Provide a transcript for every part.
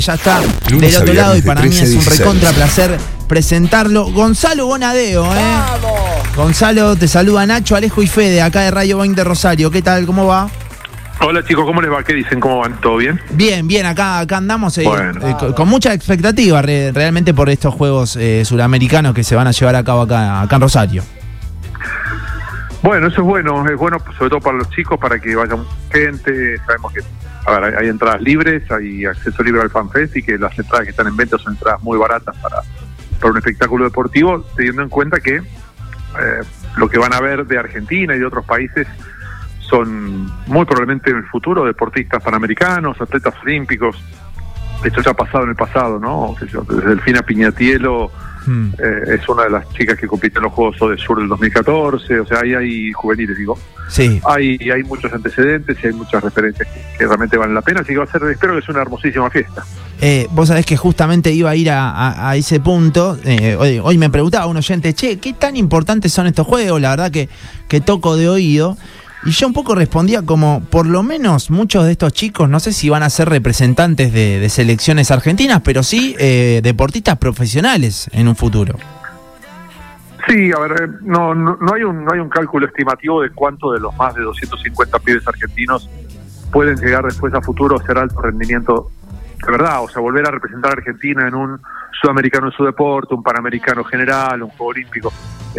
Ya está Lunes del otro lado y para mí es un 13 a 16. recontra placer presentarlo. Gonzalo Bonadeo, Gonzalo, te saluda Nacho, Alejo y Fede, acá de Radio 20 Rosario. ¿Qué tal? ¿Cómo va? Hola chicos, ¿cómo les va? ¿Qué dicen? ¿Cómo van? ¿Todo bien? Bien, acá andamos Bueno. con mucha expectativa realmente por estos juegos suramericanos que se van a llevar a cabo acá en Rosario. Bueno, eso es bueno sobre todo para los chicos, para que vaya gente. Sabemos que hay entradas libres, hay acceso libre al FanFest y que las entradas que están en venta son entradas muy baratas para un espectáculo deportivo, teniendo en cuenta que lo que van a ver de Argentina y de otros países son muy probablemente en el futuro deportistas panamericanos, atletas olímpicos. Esto ya ha pasado en el pasado, ¿no? Desde Delfina Piñatielo es una de las chicas que compite en los Juegos Sur del 2014, o sea, ahí hay juveniles, digo. Sí. Hay muchos antecedentes y hay muchas referencias que realmente valen la pena, así que va a ser, espero que sea una hermosísima fiesta. Vos sabés que justamente iba a ir a ese punto. Hoy me preguntaba un oyente, ¿qué tan importantes son estos juegos? La verdad que toco de oído. Y yo un poco respondía como, por lo menos muchos de estos chicos, no sé si van a ser representantes de selecciones argentinas, pero sí deportistas profesionales en un futuro. Sí, a ver, no hay un cálculo estimativo de cuánto de los más de 250 pibes argentinos pueden llegar después a futuro a hacer alto rendimiento de verdad, o sea, volver a representar a Argentina en un sudamericano en su deporte, un panamericano general, un juego olímpico.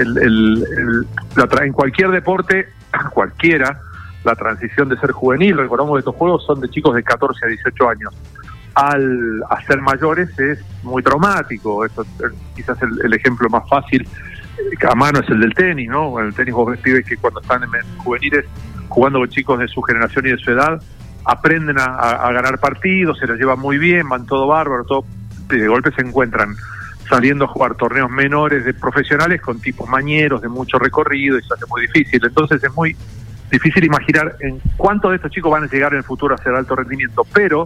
En cualquier deporte, cualquiera, la transición de ser juvenil, recordamos que estos juegos son de chicos de 14 a 18 años, a ser mayores es muy traumático. Esto quizás el ejemplo más fácil a mano es el del tenis, ¿no? En el tenis vos ves pibes que cuando están en juveniles jugando con chicos de su generación y de su edad, aprenden a ganar partidos, se los llevan muy bien, van todo bárbaro, todo, de golpe se encuentran saliendo a jugar torneos menores de profesionales con tipos mañeros de mucho recorrido y se hace muy difícil. Entonces es muy difícil imaginar en cuántos de estos chicos van a llegar en el futuro a hacer alto rendimiento, pero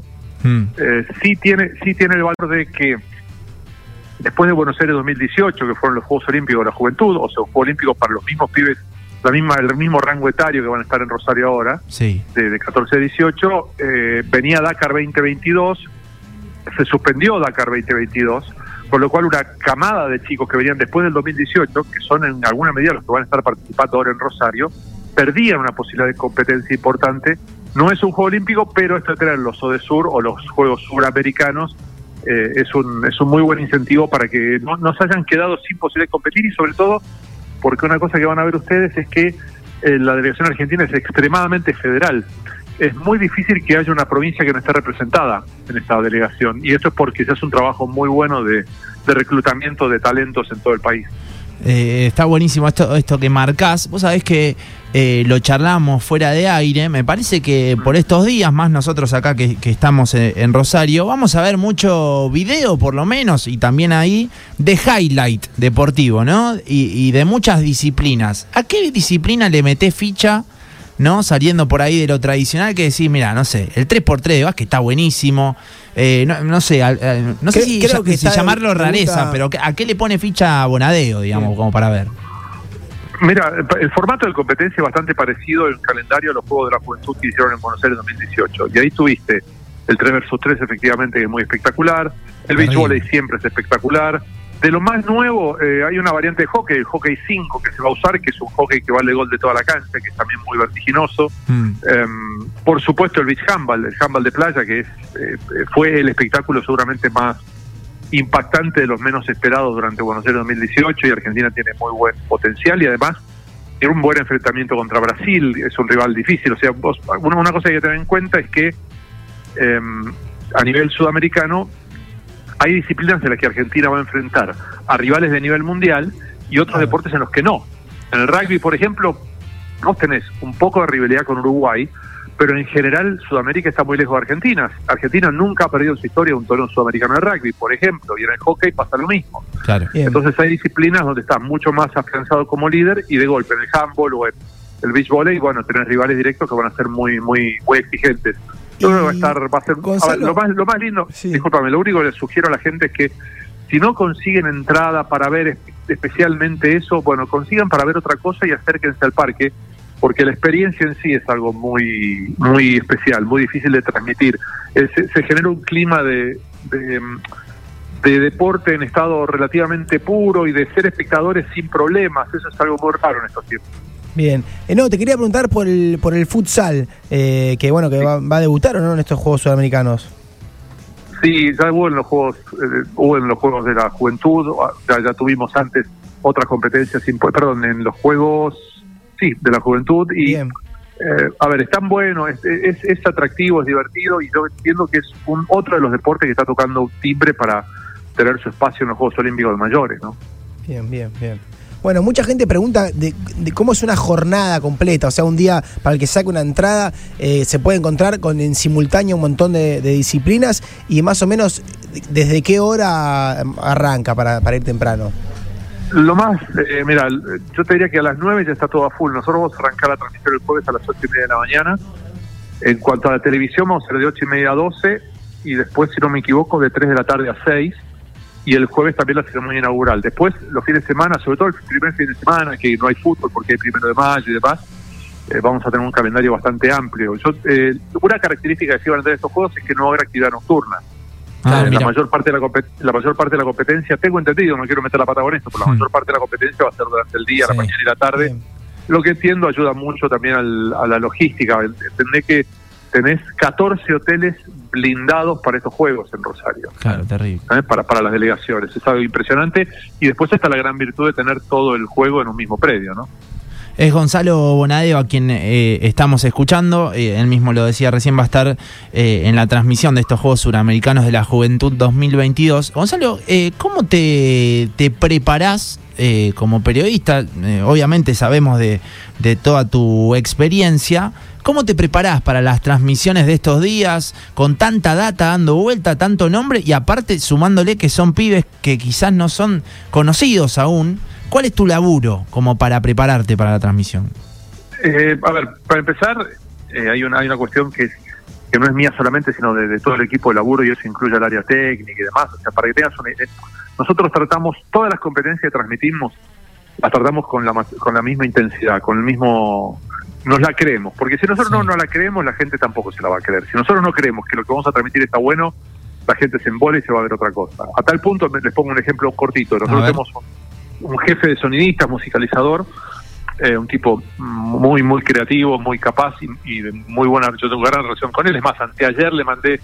sí tiene el valor de que después de Buenos Aires 2018, que fueron los Juegos Olímpicos de la Juventud, o sea, los Juegos Olímpicos para los mismos pibes, el mismo rango etario que van a estar en Rosario ahora, sí, de 14 a 18, venía Dakar 2022, se suspendió Dakar 2022, con lo cual una camada de chicos que venían después del 2018, que son en alguna medida los que van a estar participando ahora en Rosario, perdían una posibilidad de competencia importante. No es un juego olímpico, pero esto de tener los ODESUR o los Juegos Suramericanos es un muy buen incentivo para que no se hayan quedado sin posibilidad de competir, y sobre todo porque una cosa que van a ver ustedes es que la delegación argentina es extremadamente federal. Es muy difícil que haya una provincia que no esté representada en esta delegación, y eso es porque se hace un trabajo muy bueno de reclutamiento de talentos en todo el país. Está buenísimo esto que marcás. Vos sabés que lo charlamos fuera de aire. Me parece que por estos días, más nosotros acá que estamos en Rosario, vamos a ver mucho video, por lo menos, y también ahí de highlight deportivo, ¿no? Y de muchas disciplinas. ¿A qué disciplina le metés ficha, no? Saliendo por ahí de lo tradicional, que decís, mira, no sé, el 3x3 de básquet está buenísimo. No sé si llamarlo rareza, pero ¿a qué le pone ficha a Bonadeo, digamos, como para ver? Mira, el formato de competencia es bastante parecido en calendario a los Juegos de la Juventud que hicieron en Buenos Aires 2018. Y ahí tuviste el 3x3, efectivamente, que es muy espectacular. El beach volley siempre es espectacular. De lo más nuevo, hay una variante de hockey, el hockey 5, que se va a usar, que es un hockey que vale gol de toda la cancha, que es también muy vertiginoso. Por supuesto, el beach handball, el handball de playa, que fue el espectáculo seguramente más impactante de los menos esperados durante Buenos Aires 2018, y Argentina tiene muy buen potencial, y además tiene un buen enfrentamiento contra Brasil, es un rival difícil. O sea, una cosa que hay que tener en cuenta es que a nivel sudamericano hay disciplinas en las que Argentina va a enfrentar a rivales de nivel mundial y otros deportes en los que no. En el rugby, por ejemplo, vos tenés un poco de rivalidad con Uruguay, pero en general Sudamérica está muy lejos de Argentina. Argentina nunca ha perdido en su historia un torneo sudamericano de rugby, por ejemplo, y en el hockey pasa lo mismo. Claro. Entonces hay disciplinas donde está mucho más afianzado como líder, y de golpe en el handball o en el beach volley, bueno, tenés rivales directos que van a ser muy exigentes. Yo creo que va a ser Gonzalo, lo más lindo, sí. Discúlpame, lo único que le sugiero a la gente es que si no consiguen entrada para ver especialmente eso, bueno, consigan para ver otra cosa y acérquense al parque, porque la experiencia en sí es algo muy especial, muy difícil de transmitir. Se genera un clima de de deporte en estado relativamente puro y de ser espectadores sin problemas. Eso es algo muy raro en estos tiempos. Bien. No, te quería preguntar por el futsal, que bueno, que va a debutar, ¿o no, en estos Juegos Sudamericanos? Sí, ya hubo en los Juegos de la Juventud, ya tuvimos antes otras competencias, en los Juegos, sí, de la Juventud. Y bien. A ver, es tan bueno, es atractivo, es divertido, y yo entiendo que es otro de los deportes que está tocando timbre para tener su espacio en los Juegos Olímpicos de mayores, ¿no? Bien. Bueno, mucha gente pregunta de cómo es una jornada completa, o sea, un día para el que saque una entrada se puede encontrar en simultáneo un montón de disciplinas, y más o menos desde qué hora arranca para ir temprano. Lo más, mira, yo te diría que a las 9 ya está todo a full. Nosotros vamos a arrancar la transmisión el jueves a las 8:30 de la mañana. En cuanto a la televisión, vamos a hacer de 8:30 a 12, y después, si no me equivoco, de 3 de la tarde a 6. Y el jueves también la ceremonia inaugural. Después, los fines de semana, sobre todo el primer fin de semana, que no hay fútbol porque hay 1 de mayo y demás, vamos a tener un calendario bastante amplio. Una característica que sí van a tener estos juegos es que no habrá actividad nocturna. La mayor parte de la competencia, tengo entendido, no quiero meter la pata con esto, pero la mayor parte de la competencia va a ser durante el día, la mañana y la tarde. Bien. Lo que entiendo ayuda mucho también a la logística. Entendé que tenés 14 hoteles blindados para estos juegos en Rosario. Claro, terrible. Para las delegaciones. Es algo impresionante. Y después está la gran virtud de tener todo el juego en un mismo predio, ¿no? Es Gonzalo Bonadeo a quien estamos escuchando. Él mismo lo decía recién, va a estar en la transmisión de estos Juegos Suramericanos de la Juventud 2022. Gonzalo, ¿cómo te preparás como periodista? Obviamente sabemos de toda tu experiencia. ¿Cómo te preparás para las transmisiones de estos días, con tanta data dando vuelta, tanto nombre, y aparte sumándole que son pibes que quizás no son conocidos aún? ¿Cuál es tu laburo como para prepararte para la transmisión? A ver, para empezar, hay una cuestión que no es mía solamente, sino de todo el equipo de laburo, y eso incluye el área técnica y demás. O sea, para que tengas una idea, nosotros tratamos todas las competencias que transmitimos, las tratamos con la misma intensidad, con el mismo... Nos la creemos, porque si nosotros no la creemos, la gente tampoco se la va a creer. Si nosotros no creemos que lo que vamos a transmitir está bueno, la gente se embola y se va a ver otra cosa. A tal punto, les pongo un ejemplo cortito. Nosotros tenemos un jefe de sonidista, musicalizador, un tipo muy muy creativo, muy capaz y de muy buena. Yo tengo gran relación con él. Es más, anteayer le mandé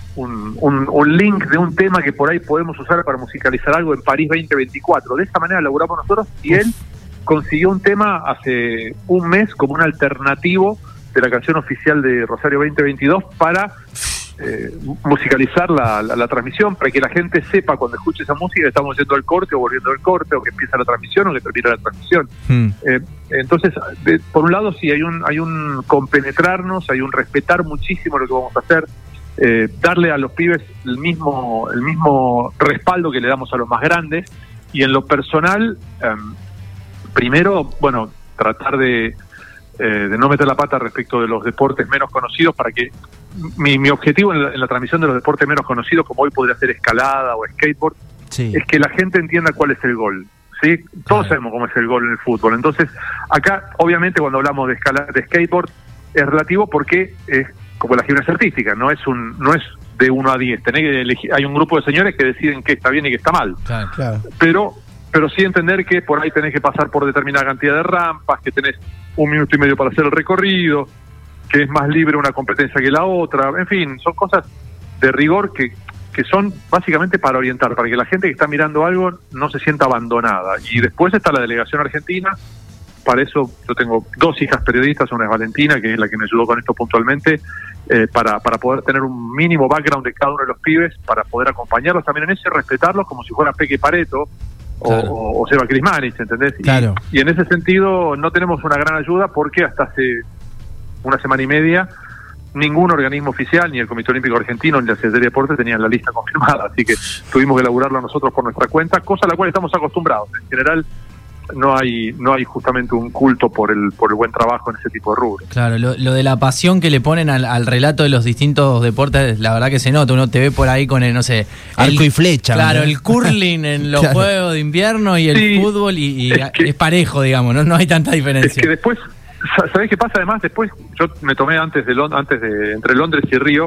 un link de un tema que por ahí podemos usar para musicalizar algo en París 2024. De esa manera laburamos nosotros, y él consiguió un tema hace un mes como un alternativo de la canción oficial de Rosario 2022 para musicalizar la transmisión, para que la gente sepa cuando escuche esa música que estamos yendo al corte o volviendo del corte, o que empieza la transmisión o que termina la transmisión. Entonces, por un lado sí hay un compenetrarnos, hay un respetar muchísimo lo que vamos a hacer, darle a los pibes el mismo respaldo que le damos a los más grandes. Y en lo personal, primero, bueno, tratar de no meter la pata respecto de los deportes menos conocidos, para que mi objetivo en la transmisión de los deportes menos conocidos, como hoy podría ser escalada o skateboard, es que la gente entienda cuál es el gol. ¿Sí? Todos sabemos cómo es el gol en el fútbol. Entonces, acá, obviamente, cuando hablamos de skateboard, es relativo porque es como la gimnasia artística, no es de 1 a 10. Tenés que elegir, hay un grupo de señores que deciden qué está bien y qué está mal. Claro. Pero sí entender que por ahí tenés que pasar por determinada cantidad de rampas, que tenés 1 minuto y medio para hacer el recorrido, que es más libre una competencia que la otra. En fin, son cosas de rigor que son básicamente para orientar, para que la gente que está mirando algo no se sienta abandonada. Y después está la delegación argentina. Para eso yo tengo 2 hijas periodistas, una es Valentina, que es la que me ayudó con esto puntualmente, para poder tener un mínimo background de cada uno de los pibes, para poder acompañarlos también en eso y respetarlos como si fuera Peque Pareto o Seba Crismanich, ¿entendés? Claro. Y en ese sentido no tenemos una gran ayuda, porque hasta hace una semana y media ningún organismo oficial, ni el Comité Olímpico Argentino, ni la Secretaría de Deportes tenían la lista confirmada, así que tuvimos que elaborarlo nosotros por nuestra cuenta, cosa a la cual estamos acostumbrados. En general no hay justamente un culto por el buen trabajo en ese tipo de rubros. Claro, lo de la pasión que le ponen al relato de los distintos deportes, la verdad que se nota. Uno te ve por ahí con el, no sé, arco y flecha. Claro, el curling en los Juegos de Invierno y el fútbol, y es parejo, digamos, no hay tanta diferencia. Es que después, ¿sabés qué pasa? Además, después yo me tomé entre Londres y Río,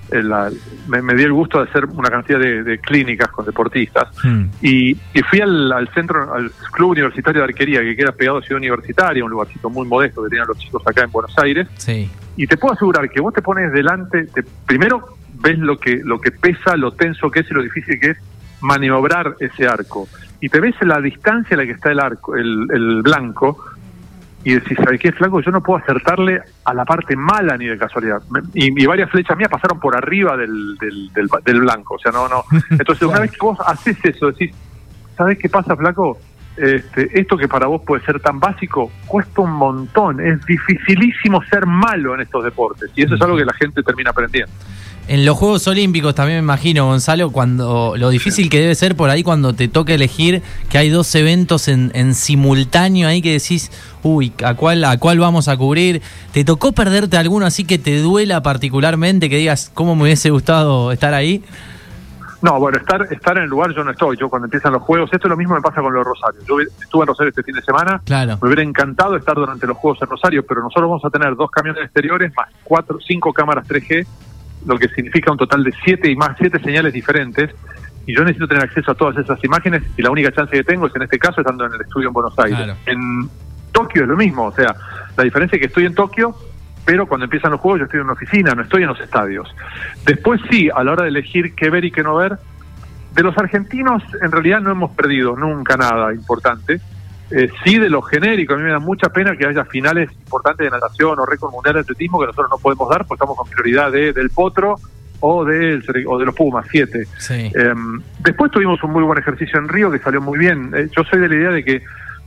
me di el gusto de hacer una cantidad de clínicas con deportistas y fui al centro, al club universitario de arquería que queda pegado a Ciudad Universitaria, un lugarcito muy modesto que tenían los chicos acá en Buenos Aires. Sí. Y te puedo asegurar que vos te pones delante, primero ves lo que pesa, lo tenso que es y lo difícil que es maniobrar ese arco, y te ves la distancia a la que está el arco, el blanco, y decís, ¿sabes qué, flaco? Yo no puedo acertarle a la parte mala ni de casualidad. Y varias flechas mías pasaron por arriba del blanco. O sea, no. Entonces, una vez que vos haces eso, decís, ¿sabes qué pasa, flaco? Esto que para vos puede ser tan básico, cuesta un montón. Es dificilísimo ser malo en estos deportes. Y eso es algo que la gente termina aprendiendo. En los Juegos Olímpicos también me imagino, Gonzalo, cuando lo difícil que debe ser por ahí cuando te toca elegir que hay dos eventos en simultáneo ahí que decís, uy, ¿a cuál vamos a cubrir? ¿Te tocó perderte alguno así que te duela particularmente, que digas, ¿cómo me hubiese gustado estar ahí? No, bueno, estar en el lugar yo no estoy. Yo cuando empiezan los Juegos, esto es lo mismo me pasa con los Rosario. Yo estuve en Rosario este fin de semana, claro. Me hubiera encantado estar durante los Juegos en Rosario, pero nosotros vamos a tener 2 camiones exteriores más 5 cámaras 3G, lo que significa un total de 7 señales diferentes, y yo necesito tener acceso a todas esas imágenes, y la única chance que tengo es en este caso estando en el estudio en Buenos Aires. Claro. En Tokio es lo mismo, o sea, la diferencia es que estoy en Tokio, pero cuando empiezan los Juegos yo estoy en una oficina, no estoy en los estadios. Después sí, a la hora de elegir qué ver y qué no ver, de los argentinos en realidad no hemos perdido nunca nada importante. Sí, de lo genérico, a mí me da mucha pena que haya finales importantes de natación o récord mundial de atletismo que nosotros no podemos dar, porque estamos con prioridad del Potro o de los Pumas 7. Sí. Después tuvimos un muy buen ejercicio en Río que salió muy bien. Yo soy de la idea de que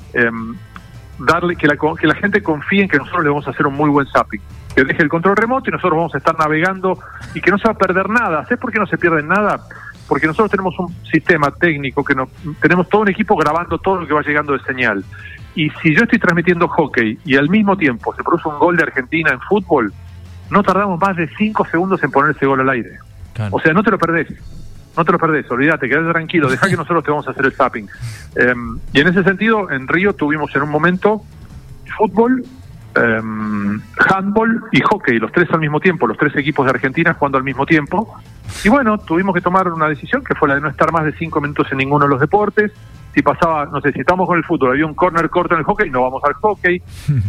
que la gente confíe en que nosotros le vamos a hacer un muy buen zapping, que deje el control remoto y nosotros vamos a estar navegando y que no se va a perder nada. ¿Sabes por qué no se pierde nada? Porque nosotros tenemos un sistema técnico tenemos todo un equipo grabando todo lo que va llegando de señal. Y si yo estoy transmitiendo hockey y al mismo tiempo se produce un gol de Argentina en fútbol, no tardamos más de 5 segundos en poner ese gol al aire. Claro. O sea, no te lo perdés, olvídate, quedate tranquilo, deja que nosotros te vamos a hacer el zapping. Y en ese sentido, en Río tuvimos en un momento fútbol, handball y hockey, los 3 al mismo tiempo, los 3 equipos de Argentina jugando al mismo tiempo. Y bueno, tuvimos que tomar una decisión que fue la de no estar más de 5 minutos en ninguno de los deportes. Si pasaba, no sé, si estamos con el fútbol, había un corner corto en el hockey, no vamos al hockey.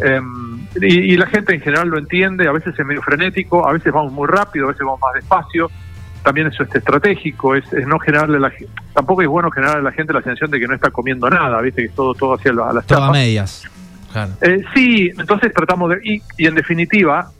Y la gente en general lo entiende, a veces es medio frenético, a veces vamos muy rápido, a veces vamos más despacio. También eso es estratégico, es no generarle tampoco es bueno generarle a la gente la sensación de que no está comiendo nada, viste, que es todo hacia a las chapas. Todo a medias. Claro. Sí, entonces tratamos y en definitiva,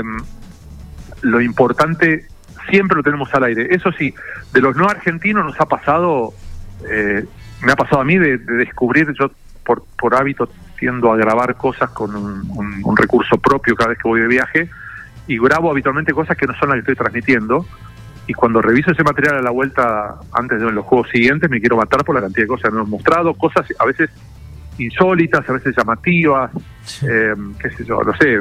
lo importante siempre lo tenemos al aire. Eso sí, de los no argentinos nos ha pasado, me ha pasado a mí de descubrir, yo por hábito tiendo a grabar cosas con un recurso propio cada vez que voy de viaje, y grabo habitualmente cosas que no son las que estoy transmitiendo, y cuando reviso ese material a la vuelta antes de los juegos siguientes me quiero matar por la cantidad de cosas que nos hemos mostrado, cosas a veces insólitas, a veces llamativas, qué sé yo, no sé,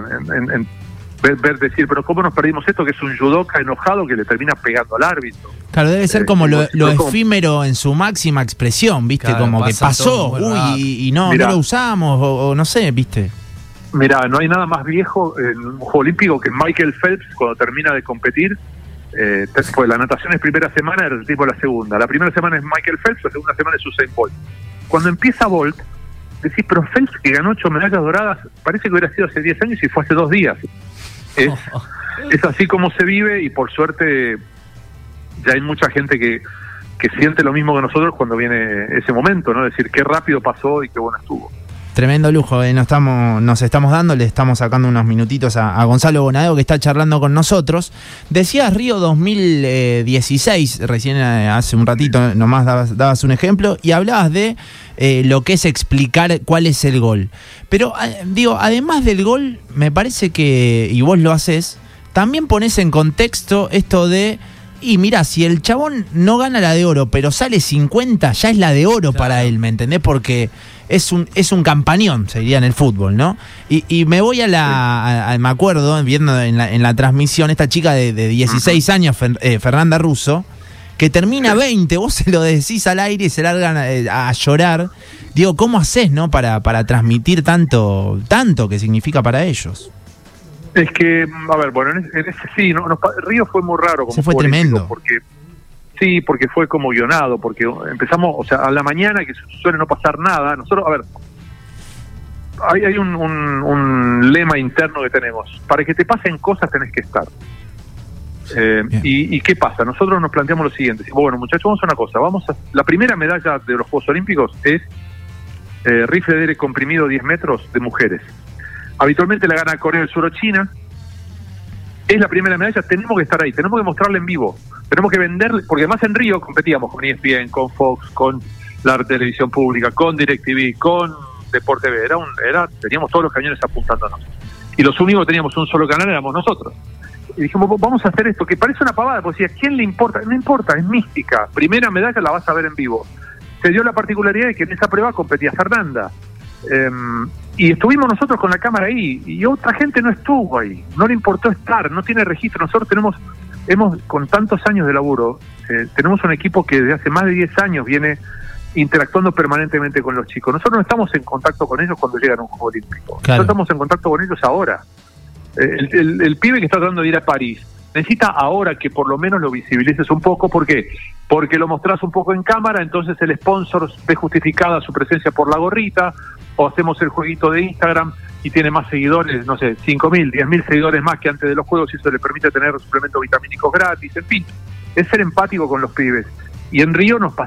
ver decir, pero ¿cómo nos perdimos esto? Que es un judoka enojado que le termina pegando al árbitro. Claro, debe ser como lo efímero en su máxima expresión, ¿viste? Claro, como que pasó, y no lo usamos, o no sé, ¿viste? Mirá, no hay nada más viejo en un juego olímpico que Michael Phelps cuando termina de competir. Pues la natación es primera semana, el tipo la segunda. La primera semana es Michael Phelps, la segunda semana es Usain Bolt. Cuando empieza Bolt, decís, pero Phelps, que ganó 8 medallas doradas, parece que hubiera sido hace 10 años y fue hace 2 días. Es así como se vive, y por suerte ya hay mucha gente que siente lo mismo que nosotros cuando viene ese momento, ¿no? Decir, qué rápido pasó y qué bueno estuvo. Tremendo lujo, nos estamos dando, le estamos sacando unos minutitos a Gonzalo Bonadeo, que está charlando con nosotros. Decías Río 2016, recién hace un ratito nomás dabas un ejemplo, y hablabas de lo que es explicar cuál es el gol. Pero digo, además del gol, me parece que, y vos lo haces, también pones en contexto esto de, y mirá, si el chabón no gana la de oro, pero sale 50, ya es la de oro, claro, para él, ¿me entendés? Porque es un campañón, se diría en el fútbol, ¿no? Y me voy me acuerdo, viendo en la transmisión, esta chica de 16 años, Fernanda Russo, que termina 20, vos se lo decís al aire y se largan a llorar. Digo, ¿cómo hacés, no? Para transmitir tanto que significa para ellos. Es que, a ver, bueno, en ese sí, Río fue muy raro. Se fue tremendo. Porque fue como guionado, porque empezamos, o sea, a la mañana, que suele no pasar nada. Nosotros, a ver, hay un lema interno que tenemos: para que te pasen cosas tenés que estar. ¿Y qué pasa? Nosotros nos planteamos lo siguiente: bueno, muchachos, vamos a una cosa, la primera medalla de los Juegos Olímpicos es rifle de aire comprimido 10 metros de mujeres. Habitualmente la gana Corea del Sur o China. Es la primera medalla, tenemos que estar ahí, tenemos que mostrarla en vivo, tenemos que venderle, porque además en Río competíamos con ESPN, con Fox, con la televisión pública, con DirecTV, con Deporte TV, teníamos todos los cañones apuntándonos, y los únicos que teníamos un solo canal éramos nosotros. Y dijimos, vamos a hacer esto, que parece una pavada, porque si a quién le importa, no importa, es mística, primera medalla la vas a ver en vivo. Se dio la particularidad de que en esa prueba competía Fernanda, y estuvimos nosotros con la cámara ahí, y otra gente no estuvo ahí, no le importó estar, no tiene registro. Nosotros hemos con tantos años de laburo, tenemos un equipo que desde hace más de 10 años viene interactuando permanentemente con los chicos. Nosotros no estamos en contacto con ellos cuando llegan a un Juego Olímpico, claro. Nosotros estamos en contacto con ellos ahora. El pibe que está tratando de ir a París necesita ahora que por lo menos lo visibilices un poco. ¿Por qué? Porque lo mostrás un poco en cámara, entonces el sponsor ve justificada su presencia por la gorrita, o hacemos el jueguito de Instagram y tiene más seguidores, no sé, 5.000, 10.000 seguidores más que antes de los juegos, y eso le permite tener suplementos vitamínicos gratis, en fin, es ser empático con los pibes. Y en Río nos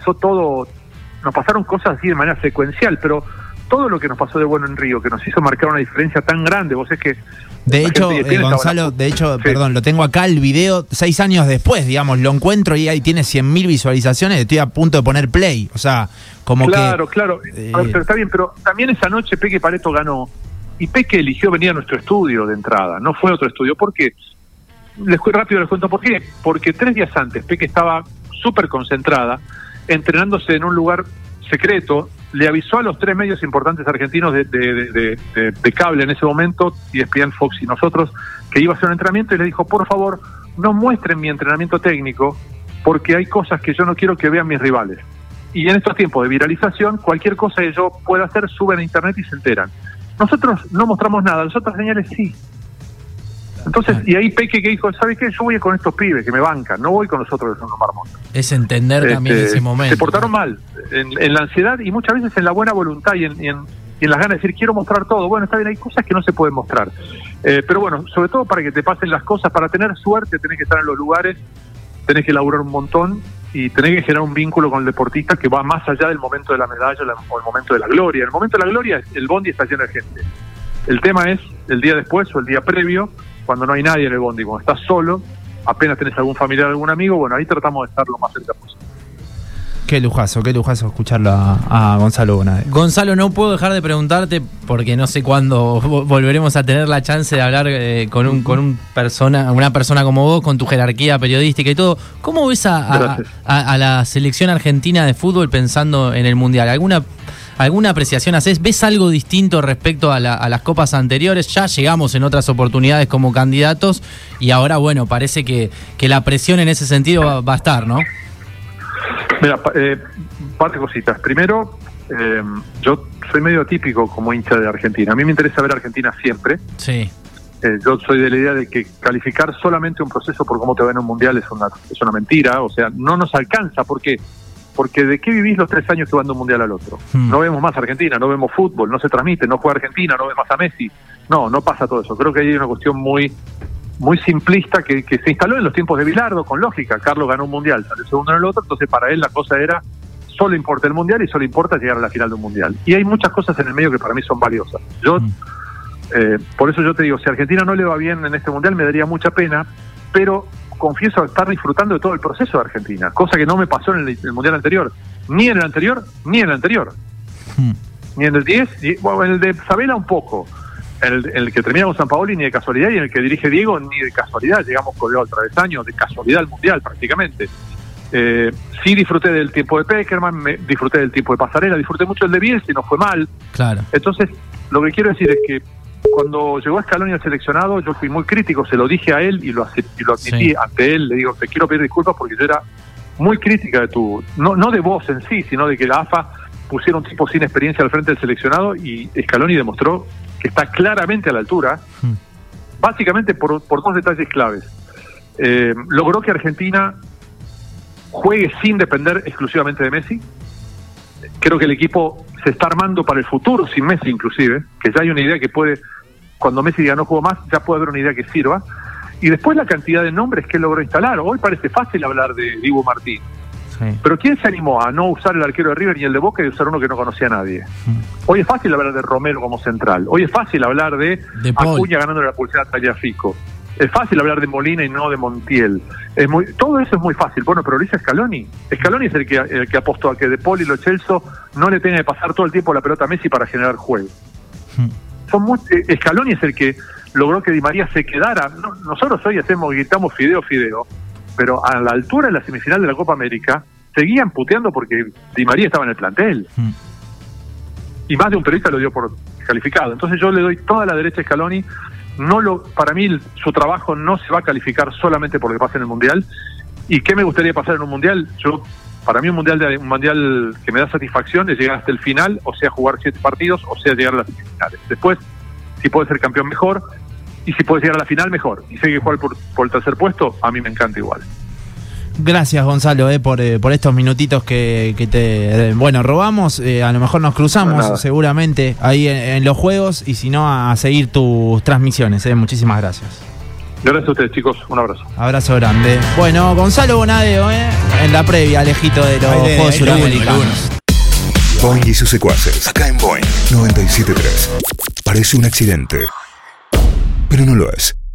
pasaron cosas así de manera secuencial, pero todo lo que nos pasó de bueno en Río, que nos hizo marcar una diferencia tan grande, vos es que... De hecho, Gonzalo, sí. Perdón, lo tengo acá el video 6 años después, digamos, lo encuentro y ahí tiene 100.000 visualizaciones, estoy a punto de poner play, o sea, como claro, que... Claro, pero está bien, pero también esa noche Peque Pareto ganó, y Peque eligió venir a nuestro estudio de entrada, no fue a otro estudio. ¿Por qué? Rápido les cuento por qué. Porque 3 días antes Peque estaba súper concentrada, entrenándose en un lugar secreto. Le avisó a los 3 medios importantes argentinos de cable en ese momento, ESPN, Fox y nosotros, que iba a hacer un entrenamiento, y le dijo, por favor, no muestren mi entrenamiento técnico, porque hay cosas que yo no quiero que vean mis rivales. Y en estos tiempos de viralización, cualquier cosa que yo pueda hacer, suben a internet y se enteran. Nosotros no mostramos nada, las otras señales sí. Entonces, y ahí Peque que dijo, ¿sabe qué? Yo voy con estos pibes que me bancan, no voy con los otros que son los marmotas. Es entender también ese momento. Se portaron mal, en la ansiedad y muchas veces en la buena voluntad y en las ganas de decir, quiero mostrar todo. Bueno, está bien, hay cosas que no se pueden mostrar. Pero bueno, sobre todo para que te pasen las cosas, para tener suerte tenés que estar en los lugares, tenés que laburar un montón y tenés que generar un vínculo con el deportista que va más allá del momento de la medalla o el momento de la gloria. El momento de la gloria, el bondi está lleno de gente. El tema es el día después o el día previo, cuando no hay nadie en el bondi, cuando estás solo, apenas tenés algún familiar, algún amigo, bueno, ahí tratamos de estar lo más cerca posible. Qué lujazo escucharlo a Gonzalo Bonadeo. Gonzalo, no puedo dejar de preguntarte, porque no sé cuándo volveremos a tener la chance de hablar con una persona como vos, con tu jerarquía periodística y todo. ¿Cómo ves a la selección argentina de fútbol pensando en el Mundial? ¿Alguna apreciación haces? ¿Ves algo distinto respecto a las copas anteriores? Ya llegamos en otras oportunidades como candidatos y ahora, bueno, parece que la presión en ese sentido va a estar, ¿no? Mira, par de cositas. Primero, yo soy medio atípico como hincha de Argentina. A mí me interesa ver a Argentina siempre. Sí. Yo soy de la idea de que calificar solamente un proceso por cómo te va en un mundial es una mentira. O sea, no nos alcanza. ¿Por qué? Porque ¿de qué vivís los 3 años que van de un mundial al otro? No vemos más Argentina, no vemos fútbol, no se transmite, no juega Argentina, no ves más a Messi. No pasa todo eso. Creo que hay una cuestión muy simplista que se instaló en los tiempos de Bilardo, con lógica. Carlos ganó un mundial, salió segundo en el otro, entonces para él la cosa era, solo importa el mundial y solo importa llegar a la final de un mundial. Y hay muchas cosas en el medio que para mí son valiosas. Por eso yo te digo, si a Argentina no le va bien en este mundial, me daría mucha pena, pero confieso estar disfrutando de todo el proceso de Argentina, cosa que no me pasó en el mundial anterior, ni en el anterior, ni en el anterior. Ni en el 10, bueno, en el de Sabela un poco, en el que termina con Sampaoli ni de casualidad, y en el que dirige Diego ni de casualidad, llegamos colgado al travesaño, de casualidad al mundial prácticamente. Sí disfruté del tiempo de Peckerman, disfruté del tiempo de Pasarela, disfruté mucho el de Bielsa y no fue mal. Claro. Entonces, lo que quiero decir es que cuando llegó Scaloni al seleccionado, yo fui muy crítico, se lo dije a él y lo admití ante él. Le digo, te quiero pedir disculpas porque yo era muy crítica de no de vos en sí, sino de que la AFA pusiera un tipo sin experiencia al frente del seleccionado, y Scaloni demostró que está claramente a la altura. básicamente por dos detalles claves. Logró que Argentina juegue sin depender exclusivamente de Messi. Creo que el equipo se está armando para el futuro, sin Messi inclusive, que ya hay una idea que puede, cuando Messi diga no juego más, ya puede haber una idea que sirva. Y después la cantidad de nombres que logró instalar. Hoy parece fácil hablar de Dibu Martín. Sí. Pero ¿quién se animó a no usar el arquero de River ni el de Boca y usar uno que no conocía a nadie? Hoy es fácil hablar de Romero como central. Hoy es fácil hablar de Acuña ganándole la pulsera a Tagliafico. Es fácil hablar de Molina y no de Montiel. Todo eso es muy fácil. Bueno, pero lo dice Scaloni. Scaloni es el que apostó a que De Paul y Lo Celso no le tengan que pasar todo el tiempo la pelota a Messi para generar juego. Scaloni es el que logró que Di María se quedara. Nosotros hoy gritamos fideo, pero a la altura de la semifinal de la Copa América seguían puteando porque Di María estaba en el plantel. Y más de un periodista lo dio por calificado. Entonces yo le doy toda la derecha a Scaloni. Para mí su trabajo no se va a calificar solamente por lo que pasa en el Mundial. ¿Y qué me gustaría pasar en un Mundial? Para mí un mundial que me da satisfacción es llegar hasta el final, o sea, jugar 7 partidos, o sea, llegar a las semifinales. Después, si puede ser campeón, mejor. Y si puede llegar a la final, mejor. Y si hay que jugar por el tercer puesto, a mí me encanta igual. Gracias, Gonzalo, por estos minutitos que te robamos. A lo mejor nos cruzamos seguramente ahí en los juegos, y si no, a seguir tus transmisiones. Muchísimas gracias. Gracias a ustedes, chicos. Un abrazo. Abrazo grande. Bueno, Gonzalo Bonadeo, en la previa, lejito de los Juegos Suramericanos. Boing y sus secuaces, acá en Boing 97.3. Parece un accidente, pero no lo es.